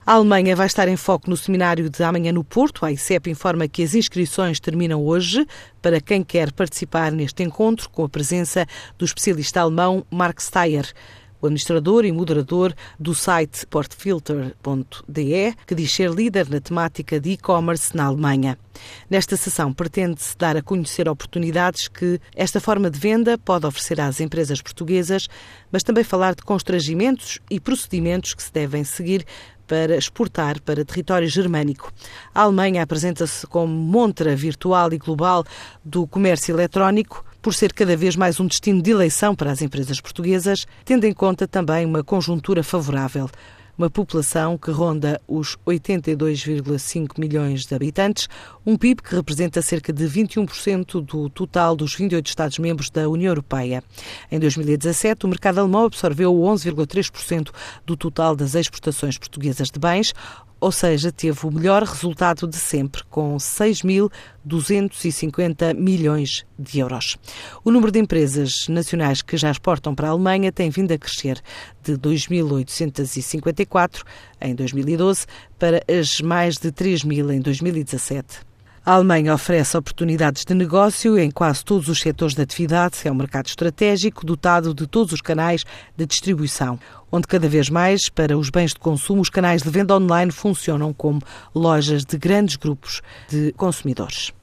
A Alemanha vai estar em foco no seminário de amanhã no Porto. A ICEP informa que as inscrições terminam hoje para quem quer participar neste encontro, com a presença do especialista alemão Mark Steyer, o administrador e moderador do site portfilter.de, que diz ser líder na temática de e-commerce na Alemanha. Nesta sessão pretende-se dar a conhecer oportunidades que esta forma de venda pode oferecer às empresas portuguesas, mas também falar de constrangimentos e procedimentos que se devem seguir para exportar para território germânico. A Alemanha apresenta-se como montra virtual e global do comércio eletrónico, por ser cada vez mais um destino de eleição para as empresas portuguesas, tendo em conta também uma conjuntura favorável. Uma população que ronda os 82,5 milhões de habitantes, um PIB que representa cerca de 21% do total dos 28 Estados-membros da União Europeia. Em 2017, o mercado alemão absorveu 11,3% do total das exportações portuguesas de bens, ou seja, teve o melhor resultado de sempre, com 6.250 milhões de euros. O número de empresas nacionais que já exportam para a Alemanha tem vindo a crescer de 2.854 em 2012 para as mais de 3.000 em 2017. A Alemanha oferece oportunidades de negócio em quase todos os setores de atividade. É um mercado estratégico dotado de todos os canais de distribuição, onde cada vez mais, para os bens de consumo, os canais de venda online funcionam como lojas de grandes grupos de consumidores.